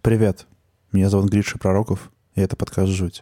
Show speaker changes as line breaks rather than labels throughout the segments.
Привет, меня зовут Гриша Пророков, и это подкаст «Жуть».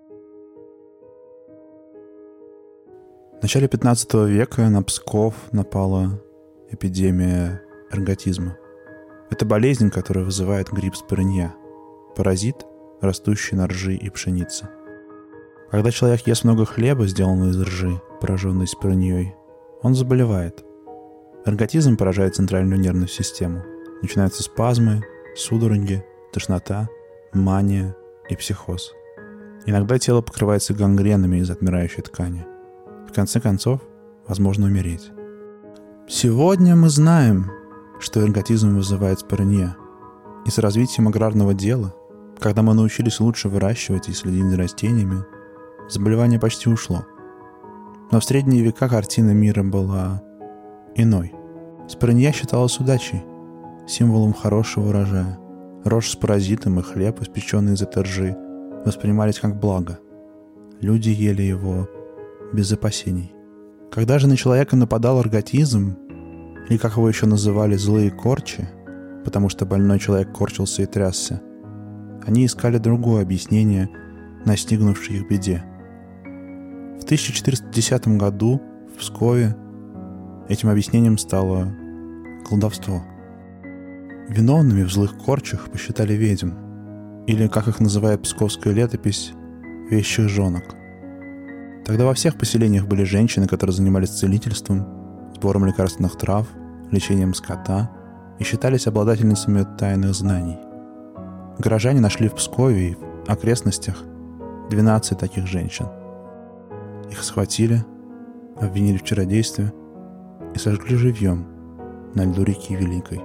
В начале 15 века на Псков напала эпидемия эрготизма. Это болезнь, которая вызывает грипп спорынья, паразит, растущий на ржи и пшенице. Когда человек ест много хлеба, сделанного из ржи, пораженной спорыньей, он заболевает. Эрготизм поражает центральную нервную систему. Начинаются спазмы, судороги, тошнота, мания и психоз. Иногда тело покрывается гангренами из отмирающей ткани. В конце концов, возможно умереть. Сегодня мы знаем, что эрготизм вызывает спорынья. И с развитием аграрного дела, когда мы научились лучше выращивать и следить за растениями, заболевание почти ушло. Но в средние века картина мира была иной. Спорынья считалась удачей, символом хорошего урожая. Рожь с паразитом и хлеб, испеченный из этой ржи, воспринимались как благо. Люди ели его без опасений. Когда же на человека нападал эрготизм, или как его еще называли злые корчи, потому что больной человек корчился и трясся, они искали другое объяснение настигнувшей их беде. В 1410 году в Пскове этим объяснением стало колдовство. Виновными в злых корчах посчитали ведьм, или, как их называет псковская летопись, вещих жонок. Тогда во всех поселениях были женщины, которые занимались целительством, сбором лекарственных трав, лечением скота и считались обладательницами тайных знаний. Горожане нашли в Пскове и в окрестностях 12 таких женщин. Их схватили, обвинили в чародействе и сожгли живьем на льду реки Великой.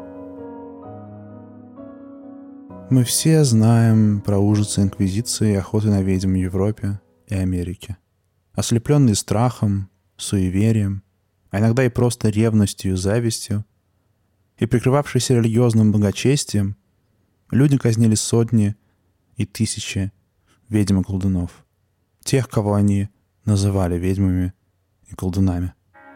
Мы все знаем про ужасы инквизиции и охоты на ведьм в Европе и Америке. Ослепленные страхом, суеверием, а иногда и просто ревностью и завистью, и прикрывавшиеся религиозным благочестием, люди казнили сотни и тысячи ведьм и колдунов. Тех, кого они называли ведьмами и колдунами.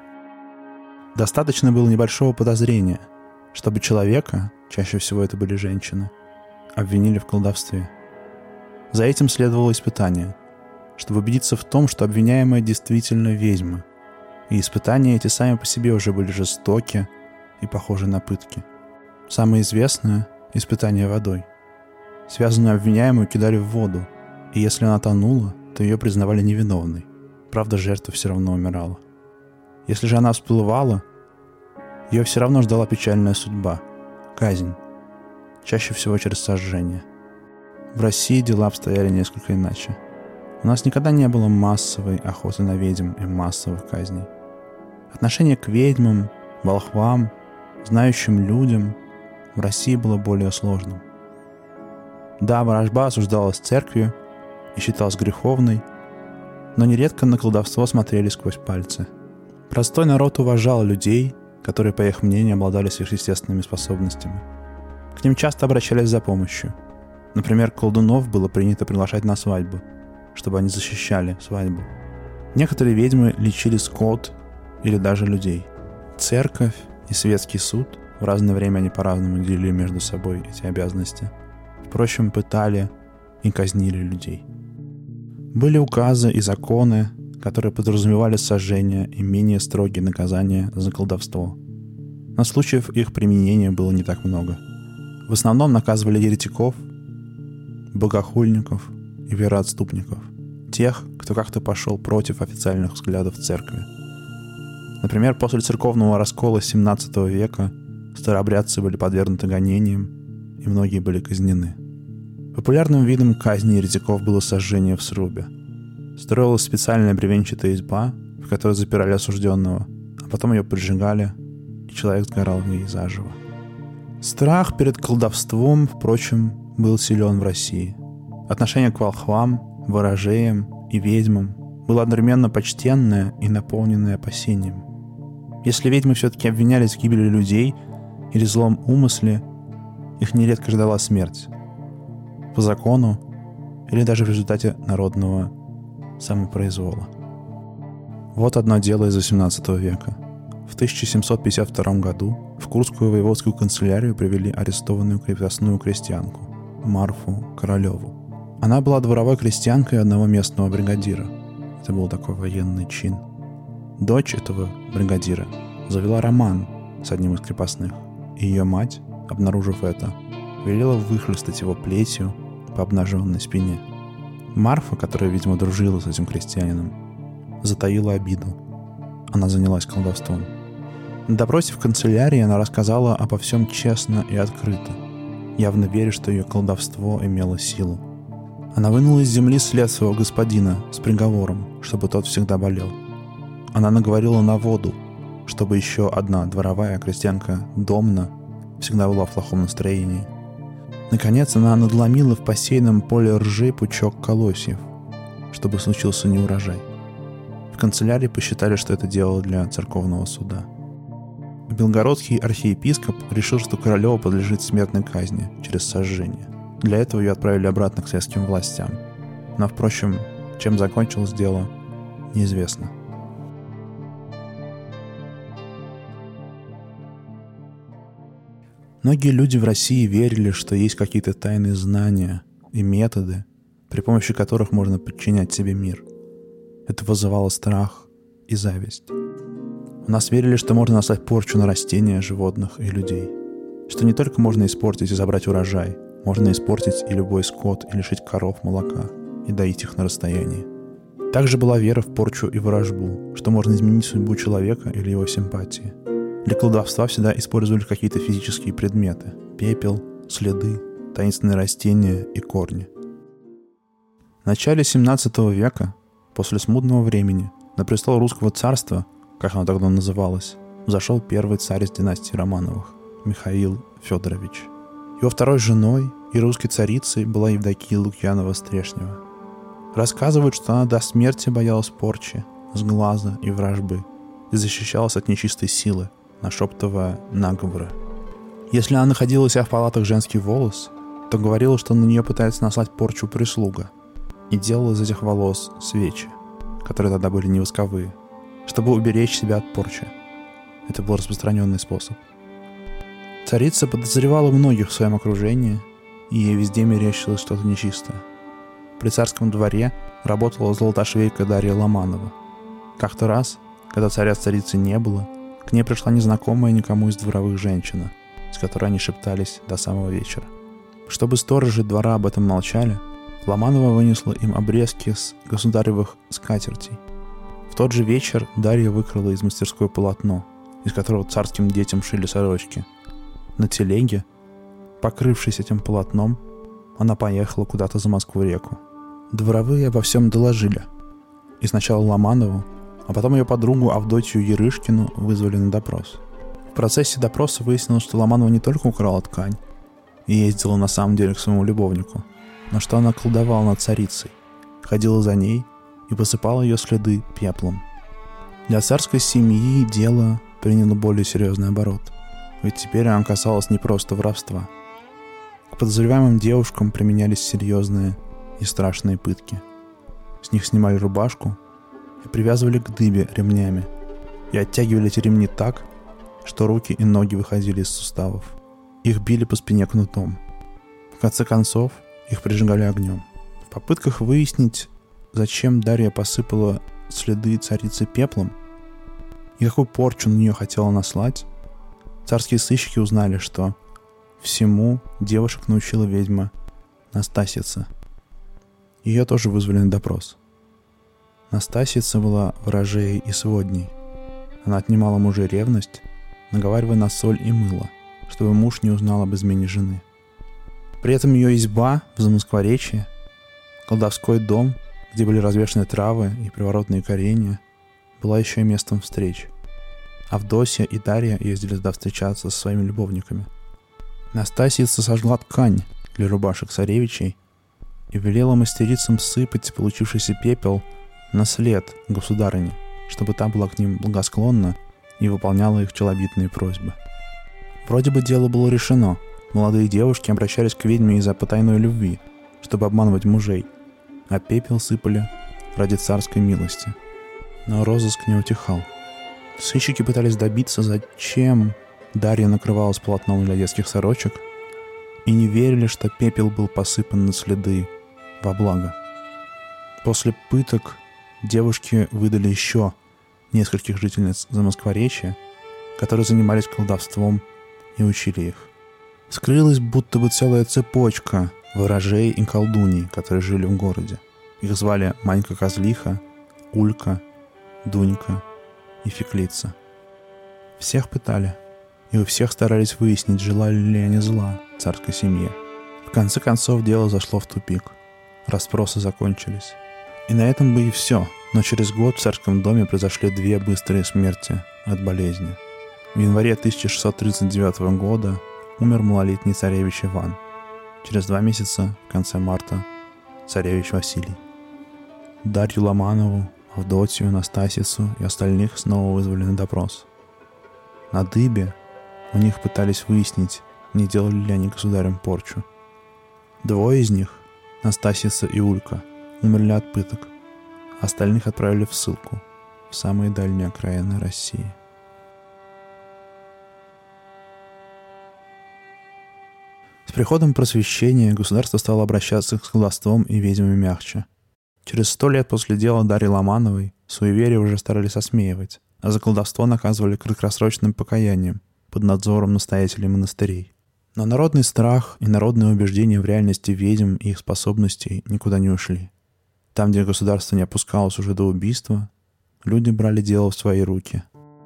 Достаточно было небольшого подозрения, чтобы человека, чаще всего это были женщины, обвинили в колдовстве. За этим следовало испытание, чтобы убедиться в том, что обвиняемая действительно ведьма. И испытания эти сами по себе уже были жестоки и похожи на пытки. Самое известное — испытание водой. Связанную обвиняемую кидали в воду, и если она тонула, то ее признавали невиновной. Правда, жертва все равно умирала. Если же она всплывала, ее все равно ждала печальная судьба — казнь. Чаще всего через сожжение. В России дела обстояли несколько иначе. У нас никогда не было массовой охоты на ведьм и массовых казней. Отношение к ведьмам, волхвам, знающим людям в России было более сложным. Да, ворожба осуждалась церковью и считалась греховной, но нередко на колдовство смотрели сквозь пальцы. Простой народ уважал людей, которые, по их мнению, обладали сверхъестественными способностями. К ним часто обращались за помощью. Например, колдунов было принято приглашать на свадьбу, чтобы они защищали свадьбу. Некоторые ведьмы лечили скот или даже людей. Церковь и светский суд, в разное время они по-разному делили между собой эти обязанности, впрочем, пытали и казнили людей. Были указы и законы, которые подразумевали сожжение и менее строгие наказания за колдовство. Но случаев их применения было не так много. В основном наказывали еретиков, богохульников и вероотступников, тех, кто как-то пошел против официальных взглядов церкви. Например, после церковного раскола XVII века старообрядцы были подвергнуты гонениям, и многие были казнены. Популярным видом казни еретиков было сожжение в срубе. Строилась специальная бревенчатая изба, в которой запирали осужденного, а потом ее поджигали, и человек сгорал в ней заживо. Страх перед колдовством, впрочем, был силен в России. Отношение к волхвам, ворожеям и ведьмам было одновременно почтенное и наполненное опасением. Если ведьмы все-таки обвинялись в гибели людей или злом умысле, их нередко ждала смерть. По закону или даже в результате народного самопроизвола. Вот одно дело из XVIII века. В 1752 году в Курскую воеводскую канцелярию привели арестованную крепостную крестьянку, Марфу Королеву. Она была дворовой крестьянкой одного местного бригадира. Это был такой военный чин. Дочь этого бригадира завела роман с одним из крепостных, и ее мать, обнаружив это, велела выхлестать его плетью по обнаженной спине. Марфа, которая, видимо, дружила с этим крестьянином, затаила обиду. Она занялась колдовством. На допросе в канцелярии она рассказала обо всем честно и открыто, явно веря, что ее колдовство имело силу. Она вынула из земли след своего господина с приговором, чтобы тот всегда болел. Она наговорила на воду, чтобы еще одна дворовая крестьянка Домна всегда была в плохом настроении. Наконец она надломила в посеянном поле ржи пучок колосьев, чтобы случился неурожай. В канцелярии посчитали, что это дело для церковного суда. Белгородский архиепископ решил, что Королева подлежит смертной казни через сожжение. Для этого ее отправили обратно к светским властям. Но, впрочем, чем закончилось дело, неизвестно. Многие люди в России верили, что есть какие-то тайные знания и методы, при помощи которых можно подчинять себе мир. Это вызывало страх и зависть. У нас верили, что можно наслать порчу на растения, животных и людей. Что не только можно испортить и забрать урожай, можно испортить и любой скот, и лишить коров молока, и доить их на расстоянии. Также была вера в порчу и ворожбу, что можно изменить судьбу человека или его симпатии. Для колдовства всегда использовали какие-то физические предметы – пепел, следы, таинственные растения и корни. В начале 17 века, после смутного времени, на престол русского царства, как оно тогда называлось, взошел первый царь из династии Романовых – Михаил Федорович. Его второй женой и русской царицей была Евдокия Лукьянова-Стрешнева. Рассказывают, что она до смерти боялась порчи, сглаза и вражбы и защищалась от нечистой силы, нашептывая наговоры. Если она находила у себя в палатах женский волос, то говорила, что на нее пытается наслать порчу прислуга, и делала из этих волос свечи, которые тогда были не восковые, чтобы уберечь себя от порчи. Это был распространенный способ. Царица подозревала многих в своем окружении, и ей везде мерещилось что-то нечистое. При царском дворе работала золотошвейка Дарья Ломанова. Как-то раз, когда царя с царицей не было, к ней пришла незнакомая никому из дворовых женщина, с которой они шептались до самого вечера. Чтобы сторожи двора об этом молчали, Ломанова вынесла им обрезки с государевых скатертей. В тот же вечер Дарья выкрала из мастерской полотно, из которого царским детям шили сорочки. На телеге, покрывшись этим полотном, она поехала куда-то за Москву-реку. Дворовые обо всем доложили. И сначала Ломанову, а потом ее подругу Авдотью Ярышкину вызвали на допрос. В процессе допроса выяснилось, что Ломанова не только украла ткань и ездила на самом деле к своему любовнику, но что она колдовала над царицей, ходила за ней и посыпала ее следы пеплом. Для царской семьи дело приняло более серьезный оборот, ведь теперь оно касалось не просто воровства. К подозреваемым девушкам применялись серьезные и страшные пытки. С них снимали рубашку и привязывали к дыбе ремнями, и оттягивали эти ремни так, что руки и ноги выходили из суставов. Их били по спине кнутом. В конце концов, их прижигали огнем. В попытках выяснить, зачем Дарья посыпала следы царицы пеплом и какую порчу на нее хотела наслать, царские сыщики узнали, что всему девушек научила ведьма Настасьица. Ее тоже вызвали на допрос. Настасьица была ворожеей и сводней. Она отнимала мужей ревность, наговаривая на соль и мыло, чтобы муж не узнал об измене жены. При этом ее изба в Замоскворечье, колдовской дом, где были развешаны травы и приворотные коренья, была еще и местом встреч. Авдотья и Дарья ездили туда встречаться со своими любовниками. Настасьица сожгла ткань для рубашек царевичей и велела мастерицам сыпать получившийся пепел на след государыни, чтобы та была к ним благосклонна и выполняла их челобитные просьбы. Вроде бы дело было решено. Молодые девушки обращались к ведьме из-за потайной любви, чтобы обманывать мужей, а пепел сыпали ради царской милости. Но розыск не утихал. Сыщики пытались добиться, зачем Дарья накрывалась полотном для детских сорочек, и не верили, что пепел был посыпан на следы во благо. После пыток девушки выдали еще нескольких жительниц Замоскворечья, которые занимались колдовством и учили их. Скрылась будто бы целая цепочка ворожей и колдуней, которые жили в городе. Их звали Манька-Козлиха, Улька, Дунька и Феклица. Всех пытали, и у всех старались выяснить, желали ли они зла царской семье. В конце концов дело зашло в тупик. Расспросы закончились. И на этом бы и все, но через год в царском доме произошли 2 быстрые смерти от болезни. В январе 1639 года умер малолетний царевич Иван. Через 2 месяца, в конце марта, царевич Василий. Дарью Ломанову, Авдотью, Настасицу и остальных снова вызвали на допрос. На дыбе у них пытались выяснить, не делали ли они государям порчу. 2 из них, Настасица и Улька, умерли от пыток. Остальных отправили в ссылку в самые дальние окраины России. С приходом просвещения государство стало обращаться с колдовством и ведьмами мягче. Через 100 лет после дела Дарьи Ломановой суеверие уже старались осмеивать, а за колдовство наказывали краткосрочным покаянием под надзором настоятелей монастырей. Но народный страх и народные убеждения в реальности ведьм и их способностей никуда не ушли. Там, где государство не опускалось уже до убийства, люди брали дело в свои руки.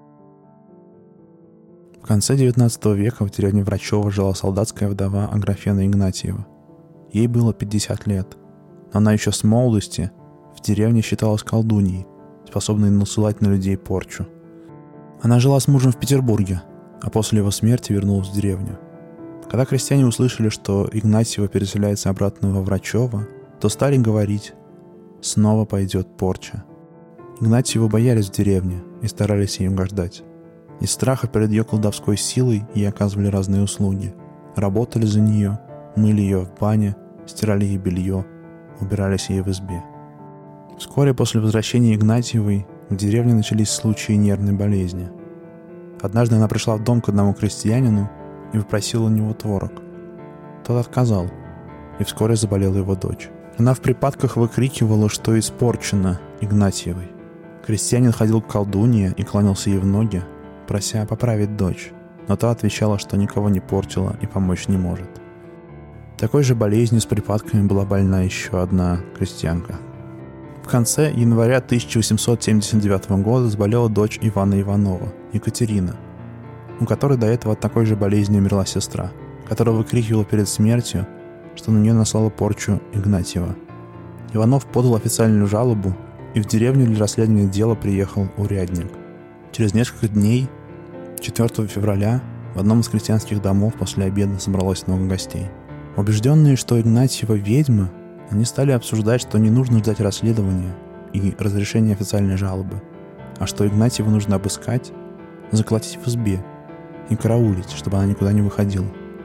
В конце XIX века в деревне Врачево жила солдатская вдова Аграфена Игнатьева. Ей было 50 лет, но она еще с молодости в деревне считалась колдуньей, способной насылать на людей порчу. Она жила с мужем в Петербурге, а после его смерти вернулась в деревню. Когда крестьяне услышали, что Игнатьева переселяется обратно во Врачево, то стали говорить: «Снова пойдет порча». Игнатьеву боялись в деревне и старались ей угождать. Из страха перед ее колдовской силой ей оказывали разные услуги. Работали за нее, мыли ее в бане, стирали ей белье, убирались ей в избе. Вскоре после возвращения Игнатьевой в деревне начались случаи нервной болезни. Однажды она пришла в дом к одному крестьянину и попросила у него творог. Тот отказал, и вскоре заболела его дочь. Она в припадках выкрикивала, что испорчена Игнатьевой. Крестьянин ходил к колдунье и кланялся ей в ноги, прося поправить дочь, но та отвечала, что никого не портила и помочь не может. Такой же болезнью с припадками была больна еще одна крестьянка. В конце января 1879 года заболела дочь Ивана Иванова, Екатерина, у которой до этого от такой же болезни умерла сестра, которая выкрикивала перед смертью, что на нее наслала порчу Игнатьева. Иванов подал официальную жалобу, и в деревню для расследования дела приехал урядник. Через несколько дней, 4 февраля, в одном из крестьянских домов после обеда собралось много гостей. Убежденные, что Игнатьева ведьма, они стали обсуждать, что не нужно ждать расследования и разрешения официальной жалобы, а что Игнатьеву нужно обыскать, заколотить в избе и караулить, чтобы она никуда не выходила.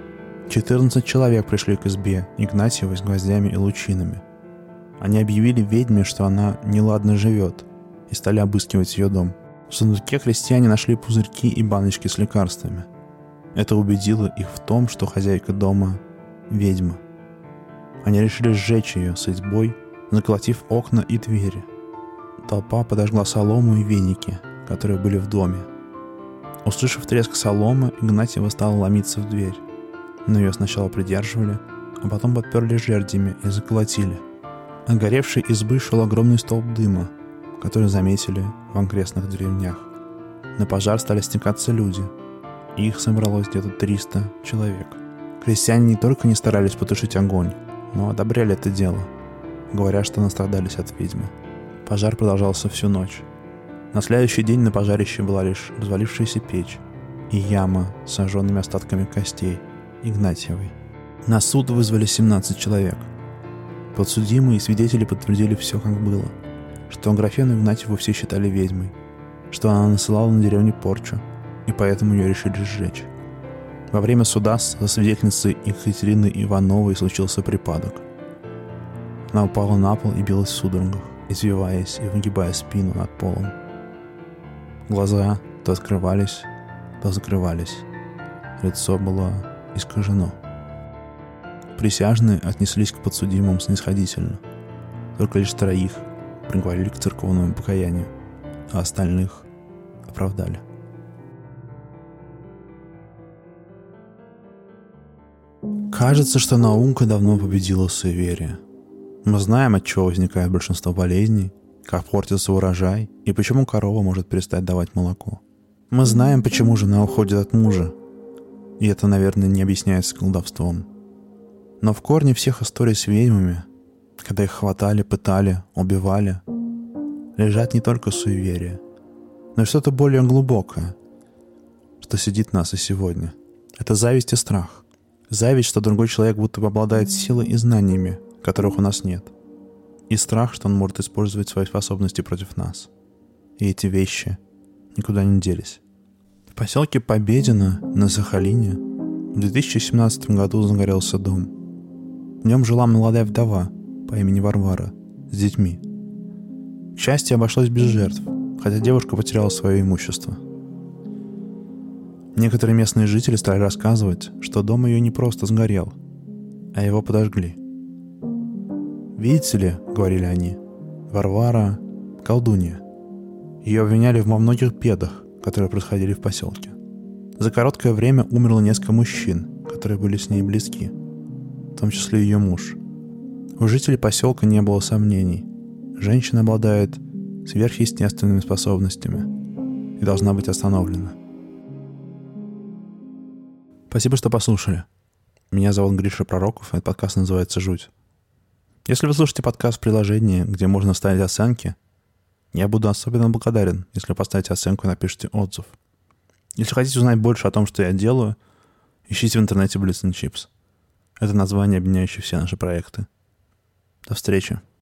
14 человек пришли к избе Игнатьевой с гвоздями и лучинами. Они объявили ведьме, что она неладно живет, и стали обыскивать ее дом. В сундуке крестьяне нашли пузырьки и баночки с лекарствами. Это убедило их в том, что хозяйка дома – ведьма. Они решили сжечь ее с избой, заколотив окна и двери. Толпа подожгла солому и веники, которые были в доме. Услышав треск соломы, Игнатьева стала ломиться в дверь. Но ее сначала придерживали, а потом подперли жердями и заколотили. От горевшей избы шел огромный столб дыма, который заметили в окрестных деревнях. На пожар стали стекаться люди, и их собралось где-то 300 человек. Крестьяне не только не старались потушить огонь, но одобряли это дело, говоря, что настрадались от ведьмы. Пожар продолжался всю ночь. На следующий день на пожарище была лишь развалившаяся печь и яма с сожженными остатками костей Игнатьевой. На суд вызвали 17 человек. Подсудимые и свидетели подтвердили все, как было, что Аграфену Игнатьеву все считали ведьмой, что она насылала на деревню порчу, и поэтому ее решили сжечь. Во время суда со свидетельницей Екатерины Ивановой случился припадок. Она упала на пол и билась в судорогах, извиваясь и выгибая спину над полом. Глаза то открывались, то закрывались. Лицо было искажено. Присяжные отнеслись к подсудимым снисходительно. Только лишь 3 приговорили к церковному покаянию, а остальных оправдали. Кажется, что наука давно победила суеверие. Мы знаем, от чего возникает большинство болезней, как портится урожай и почему корова может перестать давать молоко. Мы знаем, почему жена уходит от мужа, и это, наверное, не объясняется колдовством. Но в корне всех историй с ведьмами, когда их хватали, пытали, убивали, лежат не только суеверия, но и что-то более глубокое, что сидит в нас и сегодня. Это зависть и страх. Зависть, что другой человек будто бы обладает силой и знаниями, которых у нас нет. И страх, что он может использовать свои способности против нас. И эти вещи никуда не делись. В поселке Победино на Сахалине в 2017 году загорелся дом. В нем жила молодая вдова по имени Варвара с детьми. К счастью, обошлось без жертв, хотя девушка потеряла свое имущество. Некоторые местные жители стали рассказывать, что дом ее не просто сгорел, а его подожгли. «Видите ли, — говорили они, — Варвара — колдунья. Ее обвиняли во многих бедах, которые происходили в поселке. За короткое время умерло несколько мужчин, которые были с ней близки, в том числе ее муж. У жителей поселка не было сомнений. Женщина обладает сверхъестественными способностями и должна быть остановлена». Спасибо, что послушали. Меня зовут Гриша Пророков, и этот подкаст называется «Жуть». Если вы слушаете подкаст в приложении, где можно ставить оценки, я буду особенно благодарен, если поставите оценку и напишите отзыв. Если хотите узнать больше о том, что я делаю, ищите в интернете Blitz and Chips. Это название, объединяющее все наши проекты. До встречи.